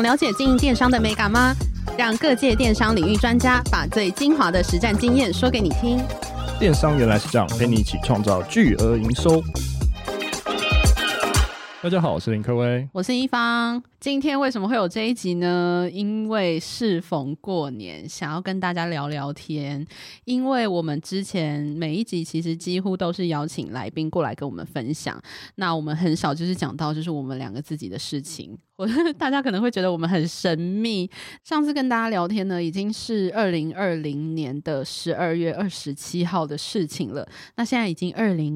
了解经营电商的美感吗？让各界电商领域专家把最精华的实战经验说给你听。 电商原来是这样，陪你一起创造巨额营收。大家好，我是林克威， 我是一方。今天为什么会有这一集呢？因为适逢过年，想要跟大家聊聊天。因为我们之前每一集其实几乎都是邀请来宾过来跟我们分享，那我们很少就是讲到就是我们两个自己的事情，或者大家可能会觉得我们很神秘。上次跟大家聊天呢，已经是2020年的12月27号的事情了。那现在已经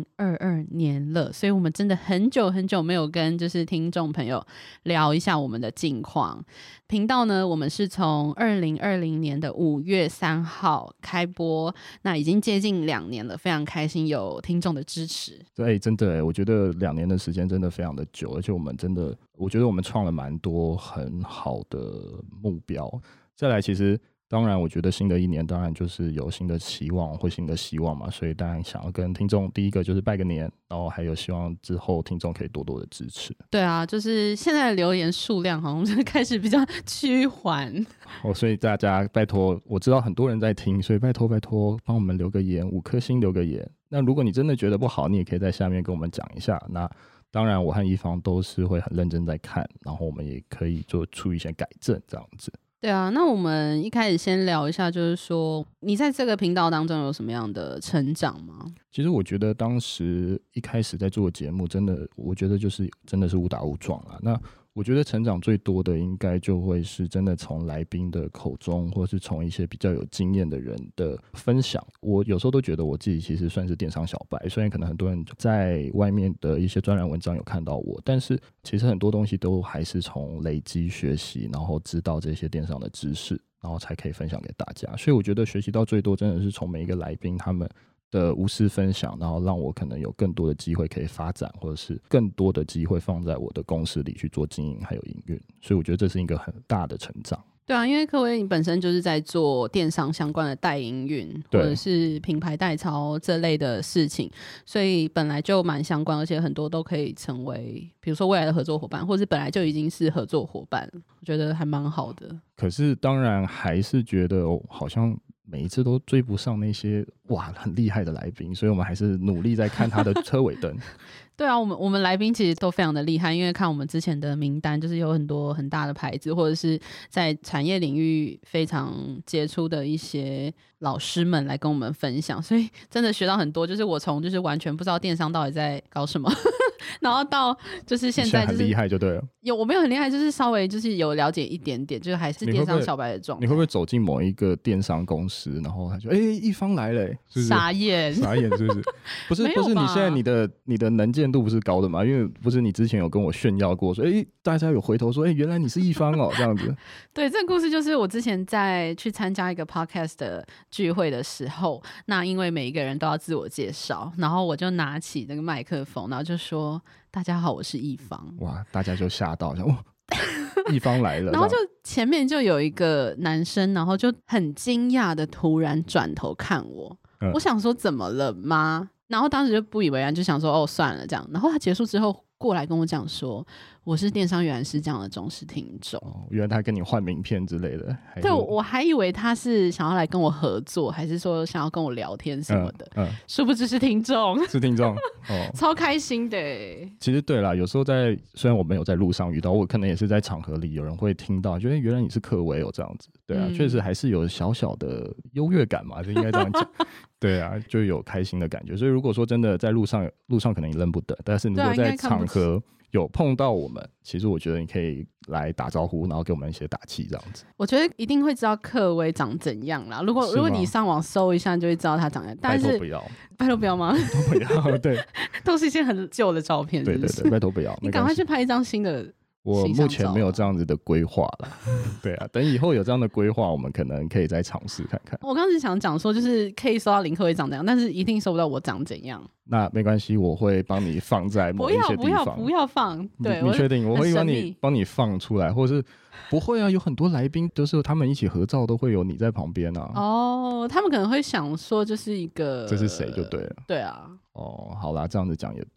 2022年了，所以我们真的很久很久没有跟就是听众朋友聊一下我们的近况。频道呢，我们是从2020年的5月3号开播，那已经接近2年了，非常开心有听众的支持。 对，真的，我觉得2年的时间真的非常的久，而且我们真的，我觉得我们创了蛮多很好的目标。再来，其实当然我觉得新的一年当然就是有新的期望或新的希望嘛，所以当然想要跟听众第一个就是拜个年，然后还有希望之后听众可以多多的支持。 对啊，就是现在的留言数量好像就开始比较趋缓所以大家拜托，我知道很多人在听，所以拜托帮我们留个言，5颗星留个言。那如果你真的觉得不好，你也可以在下面跟我们讲一下。那当然我和一方都是会很认真在看，然后我们也可以做出一些改正这样子。 对啊，那我们一开始先聊一下，就是说你在这个频道当中有什么样的成长吗？ 其实我觉得当时一开始在做节目，真的我觉得就是真的是误打误撞啦。那我觉得成长最多的应该就会是真的从来宾的口中，或是从一些比较有经验的人的分享。我有时候都觉得我自己其实算是电商小白，虽然可能很多人在外面的一些专栏文章有看到我，但是其实很多东西都还是从累积学习，然后知道这些电商的知识，然后才可以分享给大家。所以我觉得学习到最多真的是从每一个来宾他们的无私分享，然后让我可能有更多的机会可以发展，或者是更多的机会放在我的公司里去做经营还有营运，所以我觉得这是一个很大的成长。 对啊，因为克威你本身就是在做电商相关的代营运或者是品牌代操这类的事情，所以本来就蛮相关，而且很多都可以成为比如说未来的合作伙伴，或是本来就已经是合作伙伴，我觉得还蛮好的。 可是当然还是觉得好像每一次都追不上那些很厉害的来宾，所以我们还是努力在看他的车尾灯。 对啊，我们来宾其实都非常的厉害，因为看我们之前的名单，就是有很多很大的牌子，或者是在产业领域非常杰出的一些老师们来跟我们分享，所以真的学到很多。就是我从就是完全不知道电商到底在搞什么然后到就是现在就是很厉害就对了。 我没有很厉害，就是稍微就是有了解一点点，就是还是电商小白的状态。 你会不会走进某一个电商公司，然后他就一方来了是不是？ 傻眼是不是？不是你现在你的能见度不是高的吗？因为不是你之前有跟我炫耀过说大家有回头说原来你是一方这样子。 对，这个故事就是我之前在去参加一个 podcast 的聚会的时候，那因为每一个人都要自我介绍，然后我就拿起那个麦克风，然后就说大家好，我是一方。 哇，大家就吓到一方来了然后就前面就有一个男生，然后就很惊讶的突然转头看我，我想说怎么了吗？然后当时就不以为然，就想说算了这样。然后他结束之后过来跟我讲说，我是电商原来是这样的忠实听众。 原来他跟你换名片之类的。 对，我还以为他是想要来跟我合作，还是说想要跟我聊天什么的。殊不知是听众。是听众超开心的耶。 其实对啦，有时候虽然我没有在路上遇到，我可能也是在场合里有人会听到，觉得原来你是克威这样子。对啊，确实还是有小小的优越感嘛，就应该这样讲。对啊，就有开心的感觉。所以如果说真的在路上可能你认不得，但是如果在场合有碰到我们，其实我觉得你可以来打招呼，然后给我们一些打气这样子。 我觉得一定会知道克威长怎样啦。如果你上网搜一下，你就会知道他长怎样。但是拜托不要吗？ 拜托不要，对， 都是一些很旧的照片。 对，拜托不要。 你赶快去拍一张新的。 我目前没有这样子的规划啦。对啊，等以后有这样的规划，我们可能可以再尝试看看。 我刚才想讲说，就是可以搜到林克威长怎样，但是一定搜不到我长怎样。 那没关系，我会帮你放在某一些地方。 不要放。对， 你确定？我会帮你放出来，或者是不会啊？有很多来宾都是他们一起合照，都会有你在旁边啊。 他们可能会想说，就是一个这是谁就对了。 对啊。 好啦，这样子讲也对。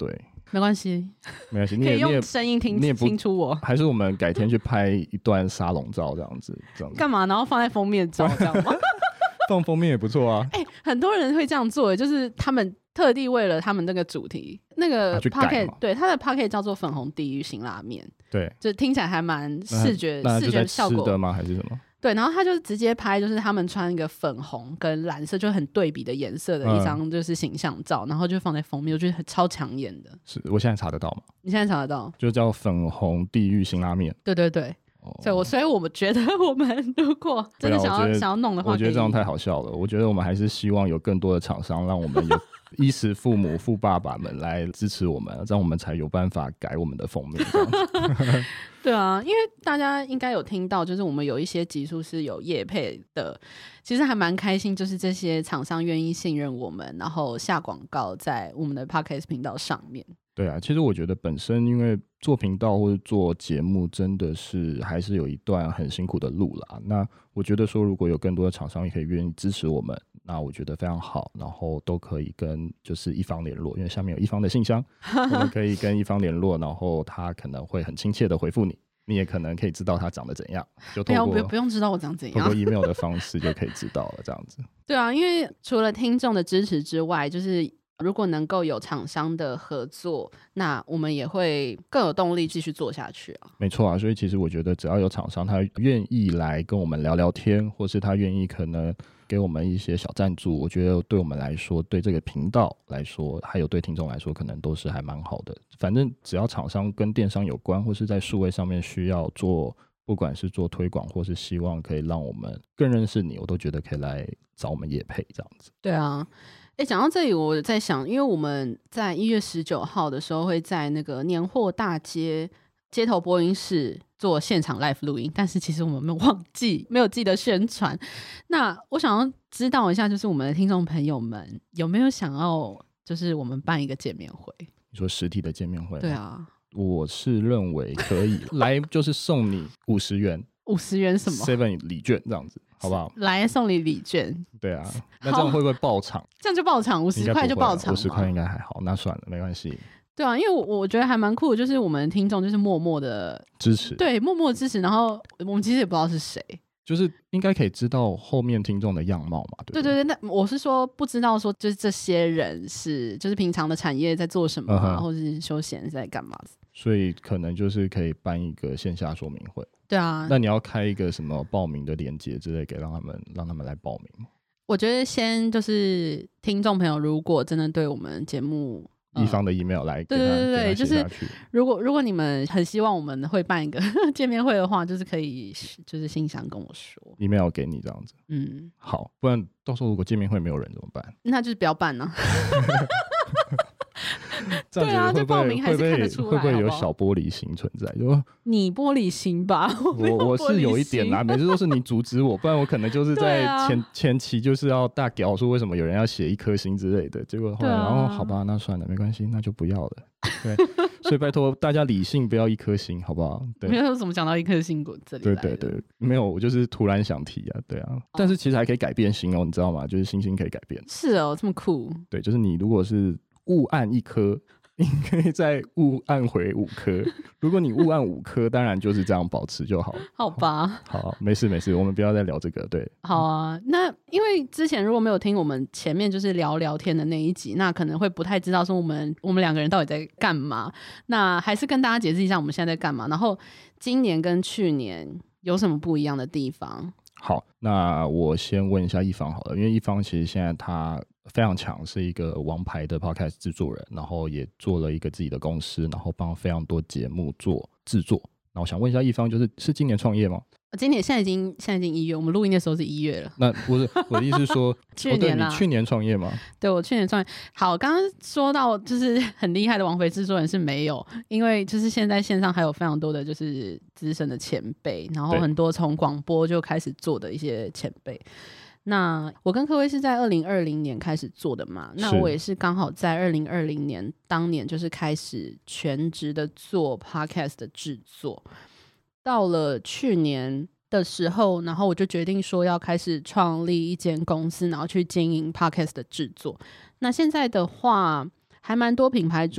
没关系， 没关系， 可以用声音听出我。 还是我们改天去拍一段沙龙照这样子， 干嘛？然后放在封面照这样吗？ 放封面也不错啊。 很多人会这样做，就是他们特地为了他们那个主题，那个 Pocket 对他的 Pocket 叫做粉红地狱辛拉面， 对， 就听起来还蛮视觉效果的吗？还是什么？ 对，然后他就直接拍，就是他们穿一个粉红跟蓝色就很对比的颜色的一张就是形象照，然后就放在封面，我觉得超抢眼的。 是我现在查得到吗？ 你现在查得到？ 就叫粉红地狱辛拉面。 对对对。所以我们觉得我们如果真的想要弄的话， 我觉得这样太好笑了。我觉得我们还是希望有更多的厂商，让我们有衣食父母、富爸爸们来支持我们，这样我们才有办法改我们的封面。 对啊，因为大家应该有听到，就是我们有一些集数是有业配的，其实还蛮开心，就是这些厂商愿意信任我们，然后下广告在我们的 Podcast 频道上面。 对啊，其实我觉得本身因为做频道或者做节目真的是还是有一段很辛苦的路啦。那我觉得说如果有更多的厂商也可以愿意支持我们，那我觉得非常好，然后都可以跟就是一方联络，因为下面有一方的信箱，我们可以跟一方联络，然后他可能会很亲切的回复你，你也可能可以知道他长得怎样，就透过不用知道我长怎样， 透过 email 的方式就可以知道了，这样子。 对啊，因为除了听众的支持之外，就是如果能够有厂商的合作，那我们也会更有动力继续做下去啊。 没错啊，所以其实我觉得只要有厂商他愿意来跟我们聊聊天，或是他愿意可能给我们一些小赞助，我觉得对我们来说，对这个频道来说，还有对听众来说，可能都是还蛮好的。反正只要厂商跟电商有关，或是在数位上面需要做，不管是做推广，或是希望可以让我们更认识你，我都觉得可以来找我们业配这样子。 对啊。讲到这里我在想，因为我们在1月19号的时候会在那个年货大街街头播音室做现场 live 录音，但是其实我们没有记得宣传。那我想要知道一下，就是我们的听众朋友们有没有想要就是我们办一个见面会？ 你说实体的见面会？ 对啊， 我是认为可以来，就是送你50元 50元什么 7 礼券这样子，好不好？ 来送你礼券。 对啊，那这样会不会爆场？ 这样就爆场，50块就爆场 ，50块应该还好，那算了，没关系。 对啊，因为我觉得还蛮酷的，就是我们的听众就是默默的支持， 对，默默的支持，然后我们其实也不知道是谁， 就是应该可以知道后面听众的样貌嘛，对不对？ 对对对，那我是说不知道说就是这些人是就是平常的产业在做什么啊，或者是休闲在干嘛， 所以可能就是可以办一个线下说明会。 对啊， 那你要开一个什么报名的连结之类给让他们来报名吗？ 我觉得先就是听众朋友如果真的对我们节目一方的 email 来给他， 对，就是如果你们很希望我们会办一个见面会的话，就是可以就是信箱跟我说 ，email 给你这样子。好，不然到时候如果见面会没有人怎么办？ 那就是不要办啊。 这样子对啊，就报名还是看得出来， 会不会有小玻璃心存在？就你玻璃心吧， 我是有一点啦，每次都是你阻止我，不然我可能就是在前期就是要大屌说为什么有人要写1颗星之类的，结果后来然后好吧，那算了，没关系，那就不要了。对，所以拜托大家理性，不要1颗星，好不好？对， 没有怎么讲到1颗星这里来的。 对，没有，我就是突然想提啊，对啊，但是其实还可以改变星哦，你知道吗？就是星星可以改变。 是哦，这么酷。 对，就是你如果是误按1颗，你可以再误按回5颗。如果你误按5颗，当然就是这样保持就好。 好吧， 好，没事，我们不要再聊这个。对， 好啊。那因为之前如果没有听我们前面就是聊天的那一集，那可能会不太知道说我们2个人到底在干嘛。那还是跟大家解释一下我们现在在干嘛，然后今年跟去年有什么不一样的地方。 好，那我先问一下一方好了，因为一方其实现在他非常强，是一个王牌的 podcast 制作人，然后也做了一个自己的公司，然后帮非常多节目做制作。那我想问一下一方，是今年创业吗？ 今年现在已经1月，我们录音的时候是1月了。 那不是我的意思是说， 去年啦， 你去年创业吗？ 对，我去年创业。好，刚刚说到就是很厉害的王菲制作人是没有，因为就是现在线上还有非常多的就是资深的前辈，然后很多从广播就开始做的一些前辈。那我跟科威是在2020年开始做的嘛，那我也是刚好在2020年当年就是开始全职的做 podcast 的制作。到了去年的时候，然后我就决定说要开始创立一间公司，然后去经营 podcast 的制作。那现在的话还蛮多品牌主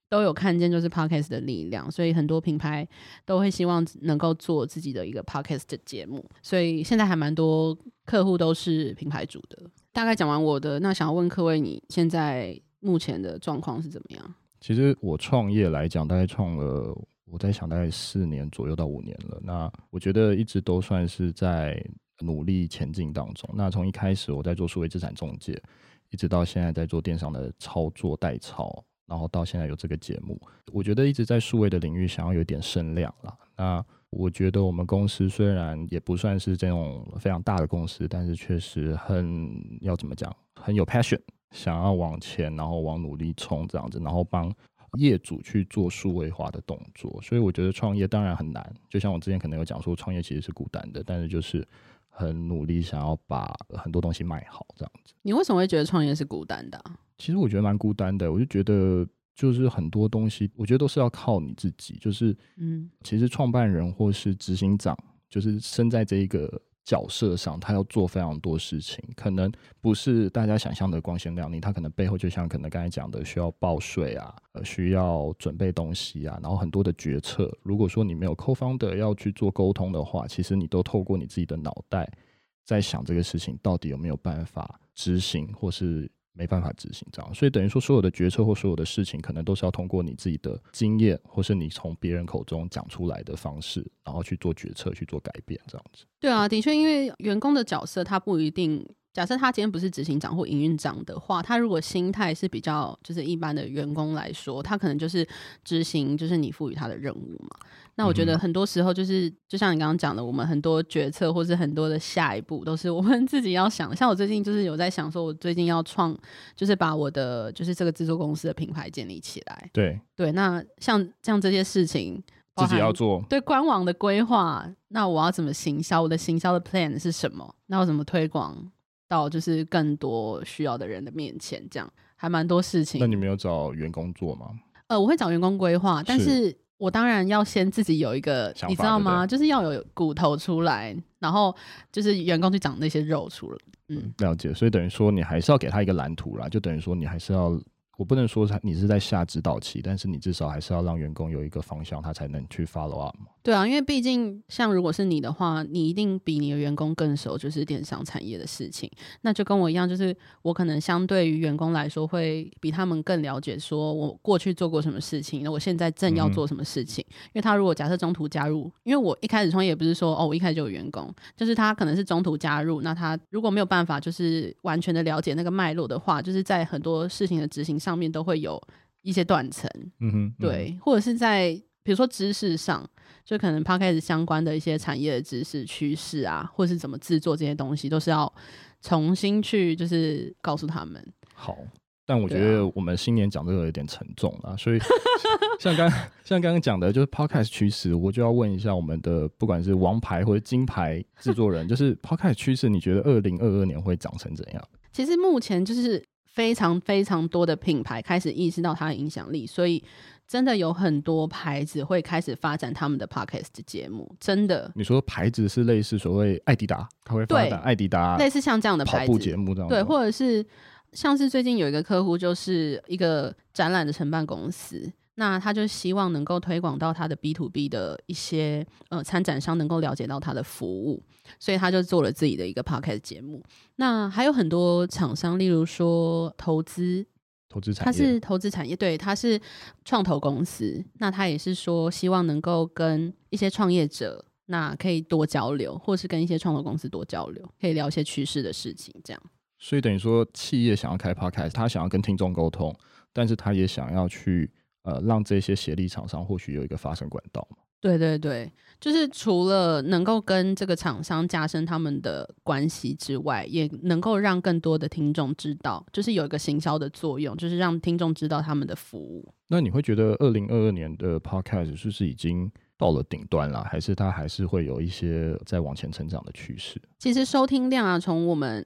都有看见就是 podcast 的力量，所以很多品牌都会希望能够做自己的一个 podcast 的节目，所以现在还蛮多客户都是品牌主的。大概讲完我的，那想要问各位，你现在目前的状况是怎么样？ 其实我创业来讲，大概创了，我在想大概4年左右到5年了。那我觉得一直都算是在努力前进当中。那从一开始我在做数位资产中介，一直到现在在做电商的操作代操，然后到现在有这个节目，我觉得一直在数位的领域想要有点声量啦。那我觉得我们公司虽然也不算是这种非常大的公司，但是确实要怎么讲，很有 passion， 想要往前，然后往努力冲这样子，然后帮业主去做数位化的动作。所以我觉得创业当然很难，就像我之前可能有讲说，创业其实是孤单的，但是就是很努力想要把很多东西卖好这样子。 你为什么会觉得创业是孤单的啊？ 其实我觉得蛮孤单的，我就觉得就是很多东西我觉得都是要靠你自己，就是其实创办人或是执行长就是身在这一个角色上，他要做非常多事情，可能不是大家想象的光鲜亮丽，他可能背后就像可能刚才讲的需要报税啊，需要准备东西啊，然后很多的决策，如果说你没有 co-founder 要去做沟通的话，其实你都透过你自己的脑袋在想这个事情到底有没有办法执行，或是没办法执行这样。所以等于说所有的决策或所有的事情可能都是要通过你自己的经验，或是你从别人口中讲出来的方式，然后去做决策，去做改变这样子。 对啊，的确，因为员工的角色他不一定，假设他今天不是执行长或营运长的话，他如果心态是比较就是一般的员工来说，他可能就是执行就是你赋予他的任务嘛。那我觉得很多时候就是就像你刚刚讲的，我们很多决策或是很多的下一步都是我们自己要想的。像我最近就是有在想说，我最近要就是把我的就是这个制作公司的品牌建立起来。对，那像这些事情自己要做， 对官网的规划，那我要怎么行销？我的行销的 plan 是什么？那我怎么推广到就是更多需要的人的面前？这样还蛮多事情。 那你没有找员工做吗？ 我会找员工规划，但是我当然要先自己有一个，你知道吗？就是要有骨头出来，然后就是员工去长那些肉出来。 了解。所以等于说你还是要给他一个蓝图啦，就等于说你还是要，我不能说你是在下指导棋，但是你至少还是要让员工有一个方向，他才能去 follow up 嘛。 对啊，因为毕竟像如果是你的话，你一定比你的员工更熟就是电商产业的事情，那就跟我一样，就是我可能相对于员工来说会比他们更了解说我过去做过什么事情，那我现在正要做什么事情。因为他如果假设中途加入，因为我一开始创业也不是说我一开始就有员工，就是他可能是中途加入，那他如果没有办法就是完全的了解那个脉络的话，就是在很多事情的执行上面都会有一些断层。对，或者是在比如说知识上，就可能 podcast 相关的一些产业的知识趋势啊，或是怎么制作这些东西，都是要重新去就是告诉他们。 好，但我觉得我们新年讲这个有点沉重啦，所以像刚刚讲的就是 podcast 趋势，我就要问一下我们的不管是王牌或者金牌制作人，就是 podcast 趋势你觉得2022年会长成怎样？ 其实目前就是非常非常多的品牌开始意识到它的影响力，所以真的有很多牌子会开始发展他们的 podcast 节目。真的，你说牌子是类似所谓艾迪达，他会发展艾迪达类似像这样的牌子跑步节目这样， 对，或者是像是最近有一个客户就是一个展览的承办公司，那他就希望能够推广到他的 B2B 的一些参展商能够了解到他的服务，所以他就做了自己的一个 podcast 节目。那还有很多厂商，例如说投资产业，他是投资产业，对，他是创投公司，那他也是说希望能够跟一些创业者那可以多交流，或是跟一些创投公司多交流，可以聊一些趋势的事情这样。 所以等于说企业想要开 podcast， 他想要跟听众沟通，但是他也想要去让这些协力厂商或许有一个发声管道嘛。 对对对，就是除了能够跟这个厂商加深他们的关系之外，也能够让更多的听众知道，就是有一个行销的作用，就是让听众知道他们的服务。 那你会觉得2022年的 podcast 是不是已经到了顶端了，还是它还是会有一些在往前成长的趋势？ 其实收听量啊，从我们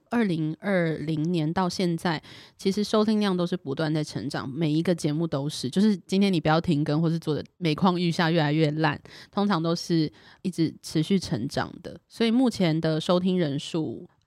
2020年到现在，其实收听量都是不断在成长，每一个节目都是，就是今天你不要停更或是做的每况愈下越来越烂，通常都是一直持续成长的。所以目前的收听人数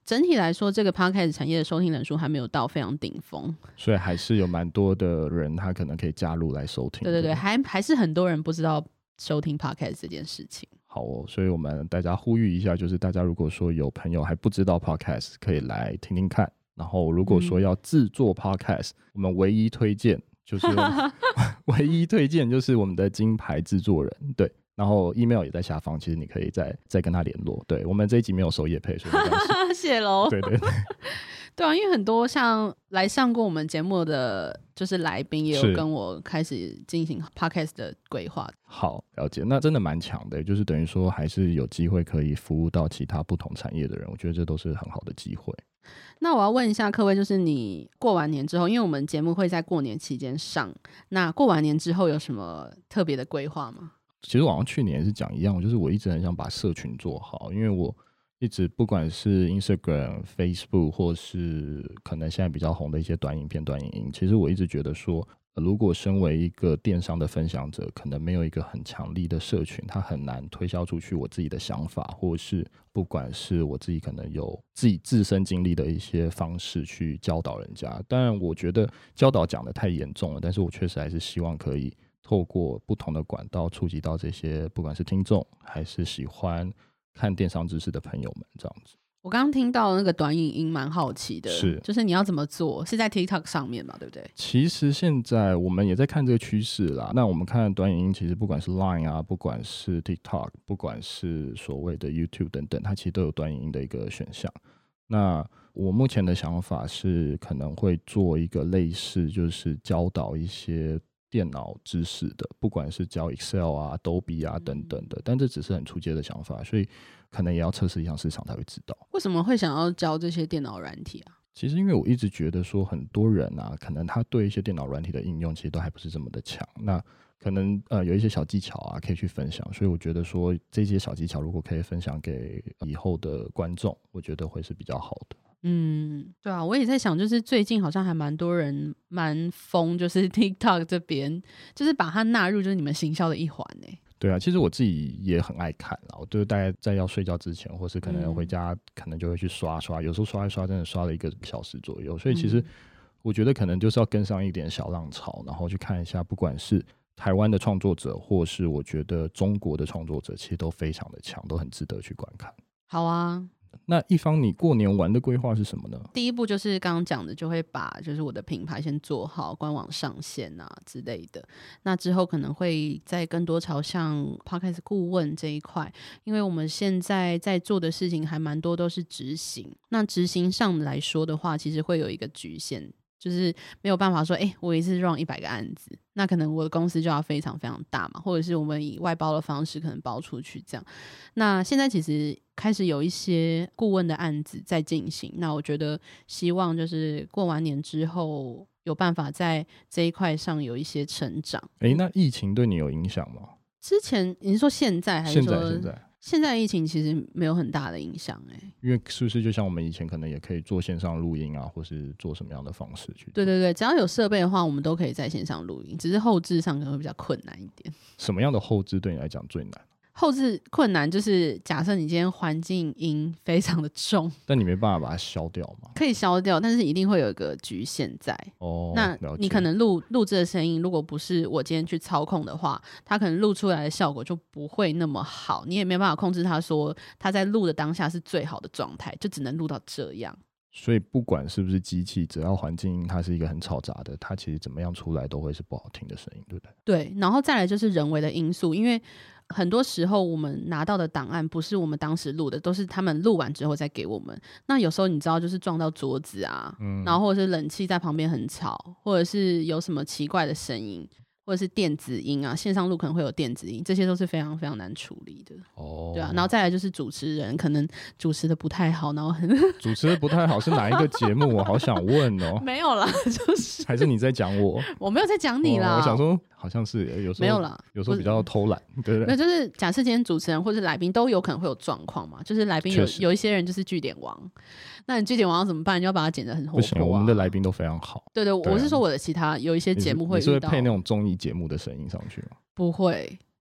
整体来说这个 podcast 产业的收听人数还没有到非常顶峰， 所以还是有蛮多的人他可能可以加入来收听。 对对对，还是很多人不知道收听 podcast 这件事情。 好哦，所以我们大家呼吁一下，就是大家如果说有朋友还不知道 podcast 可以来听听看，然后如果说要制作 podcast，我们唯一推荐就是唯一推荐就是我们的金牌制作人，对，然后 email 也在下方，其实你可以再跟他联络。对，我们这一集没有收业配，所以没关系谢喽。 对对对对啊，因为很多像来上过我们节目的就是来宾也有跟我开始进行 podcast 的规划。 好，了解，那真的蛮强的，就是等于说还是有机会可以服务到其他不同产业的人，我觉得这都是很好的机会。 那我要问一下各位，就是你过完年之后，因为我们节目会在过年期间上，那过完年之后有什么特别的规划吗？ 其实我好像去年也是讲一样，就是我一直很想把社群做好，因为我一直不管是 Instagram、Facebook 或是可能现在比较红的一些短影片、短影音，其实我一直觉得说如果身为一个电商的分享者，可能没有一个很强力的社群，它很难推销出去我自己的想法，或是不管是我自己可能有自己自身经历的一些方式去教导人家。当然我觉得教导讲得太严重了，但是我确实还是希望可以透过不同的管道触及到这些不管是听众还是喜欢看电商知识的朋友们这样子。 我刚刚听到那个短影音蛮好奇的， 是就是你要怎么做？是在 TikTok 上面嘛，对不对？ 其实现在我们也在看这个趋势啦。那我们看短影音，其实不管是 Line 啊，不管是 TikTok， 不管是所谓的 YouTube 等等，它其实都有短影音的一个选项。那我目前的想法是可能会做一个类似就是教导一些电脑知识的，不管是教 Excel 啊 Adobe 啊等等的，但这只是很初阶的想法，所以可能也要测试一下市场才会知道。 为什么会想要教这些电脑软体啊？ 其实因为我一直觉得说很多人啊，可能他对一些电脑软体的应用其实都还不是这么的强，那可能有一些小技巧啊可以去分享，所以我觉得说这些小技巧如果可以分享给以后的观众，我觉得会是比较好的。 对啊，我也在想，就是最近好像还蛮多人蛮疯，就是 TikTok 这边，就是把它纳入就是你们行销的一环欸。 对啊，其实我自己也很爱看啦，我就是大概在要睡觉之前，或是可能回家，可能就会去刷，有时候刷一刷，真的刷了1个小时左右。所以其实我觉得可能就是要跟上一点小浪潮，然后去看一下，不管是台湾的创作者，或是我觉得中国的创作者，其实都非常的强，都很值得去观看。 好啊。 那一方你过年玩的规划是什么呢？ 第一步就是刚刚讲的，就会把就是我的品牌先做好，官网上线啊之类的。那之后可能会再更多朝向 Podcast 顾问这一块，因为我们现在在做的事情还蛮多都是执行。那执行上来说的话，其实会有一个局限，就是没有办法说我一次 run 100个案子，那可能我的公司就要非常非常大嘛，或者是我们以外包的方式可能包出去这样。那现在其实开始有一些顾问的案子在进行，那我觉得希望就是过完年之后有办法在这一块上有一些成长。 那疫情对你有影响吗？ 之前你是说现在还是说现在疫情其实没有很大的影响因为是不是就像我们以前可能也可以做线上录音啊，或是做什么样的方式去做？ 对对对，只要有设备的话我们都可以在线上录音，只是后置上可能会比较困难一点。 什么样的后置对你来讲最难？ 后置困难就是假设你今天环境音非常的重， 但你没办法把它消掉吗？ 可以消掉，但是一定会有一个局限在。那你可能录制的声音如果不是我今天去操控的话，它可能录出来的效果就不会那么好，你也没办法控制它说它在录的当下是最好的状态，就只能录到这样。 所以不管是不是机器，只要环境音它是一个很嘈杂的，它其实怎么样出来都会是不好听的声音，对不对？ 对，然后再来就是人为的因素，因为很多时候我们拿到的档案不是我们当时录的，都是他们录完之后再给我们。那有时候你知道就是撞到桌子啊，然后或者是冷气在旁边很吵，或者是有什么奇怪的声音，或者是电子音啊，线上录可能会有电子音，这些都是非常非常难处理的。对啊，然后再来就是主持人可能主持的不太好，然后主持的不太好是哪一个节目？我好想问哦。 没有啦，就是还是你在讲我？ 我没有在讲你啦。 我想说好像是有时候没有啦， 有时候比较偷懒，对不对？ 那就是假设今天主持人或是来宾都有可能会有状况嘛，就是来宾有一些人就是句点王，那你句点王要怎么办？你要把它剪得很活泼啊。 不行，我们的来宾都非常好。 对对，我是说我的其他有一些节目会遇到。 你是会配那种综艺节目的声音上去吗？ 不会，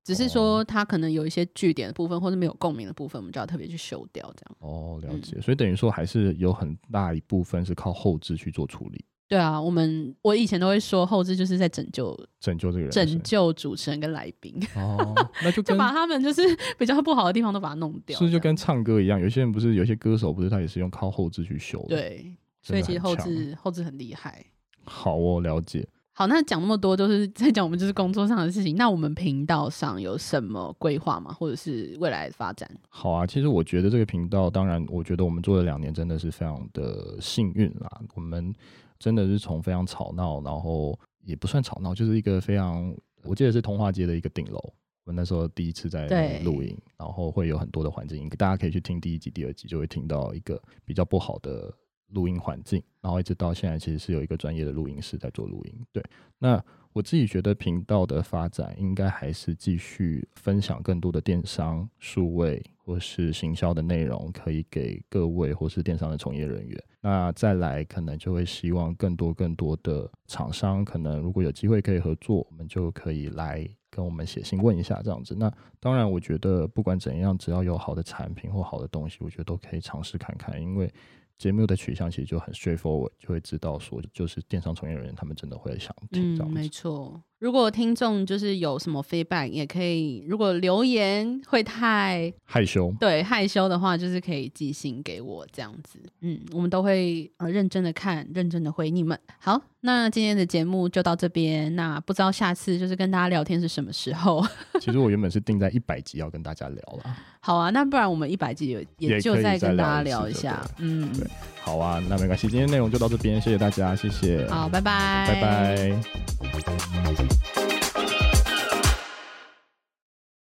只是说它可能有一些句点的部分或者没有共鸣的部分，我们就要特别去修掉这样。 哦，了解。所以等于说还是有很大一部分是靠后制去做处理。 对啊，我以前都会说后制就是在拯救这个人， 拯救主持人跟来宾。 哦，那就就把他们就是比较不好的地方都把它弄掉， 是就跟唱歌一样，有些人不是有些歌手不是他也是用靠后制去修的。 对，所以其实后制很厉害。 好哦，了解。 好，那讲那么多都是在讲我们就是工作上的事情，那我们频道上有什么规划吗？或者是未来的发展？ 好啊，其实我觉得这个频道，当然我觉得我们做了2年真的是非常的幸运啦。我们真的是从非常吵闹，然后也不算吵闹，就是一个非常，我记得是通化街的一个顶楼，我那时候第一次在录音，然后会有很多的环境音，大家可以去听第1集第2集就会听到一个比较不好的录音环境，然后一直到现在其实是有一个专业的录音师在做录音。对，那我自己觉得频道的发展应该还是继续分享更多的电商、数位或是行销的内容，可以给各位或是电商的从业人员。那再来可能就会希望更多的厂商，可能如果有机会可以合作，我们就可以来跟我们写信问一下这样子。那当然我觉得不管怎样，只要有好的产品或好的东西，我觉得都可以尝试看看，因为节目的取向其实就很 straightforward， 就会知道说就是电商从业人员他们真的会想听这样子。 没错。如果听众就是有什么 feedback 也可以，如果留言会太害羞， 对，害羞的话就是可以寄信给我这样子。我们都会认真的看，认真的回你们。好，那今天的节目就到这边，那不知道下次就是跟大家聊天是什么时候。 其实我原本是定在100集要跟大家聊啦。 好啊，那不然我们100集也就再跟大家聊一下。 对，好啊，那没关系，今天内容就到这边，谢谢大家，谢谢。 好，拜拜， 拜拜。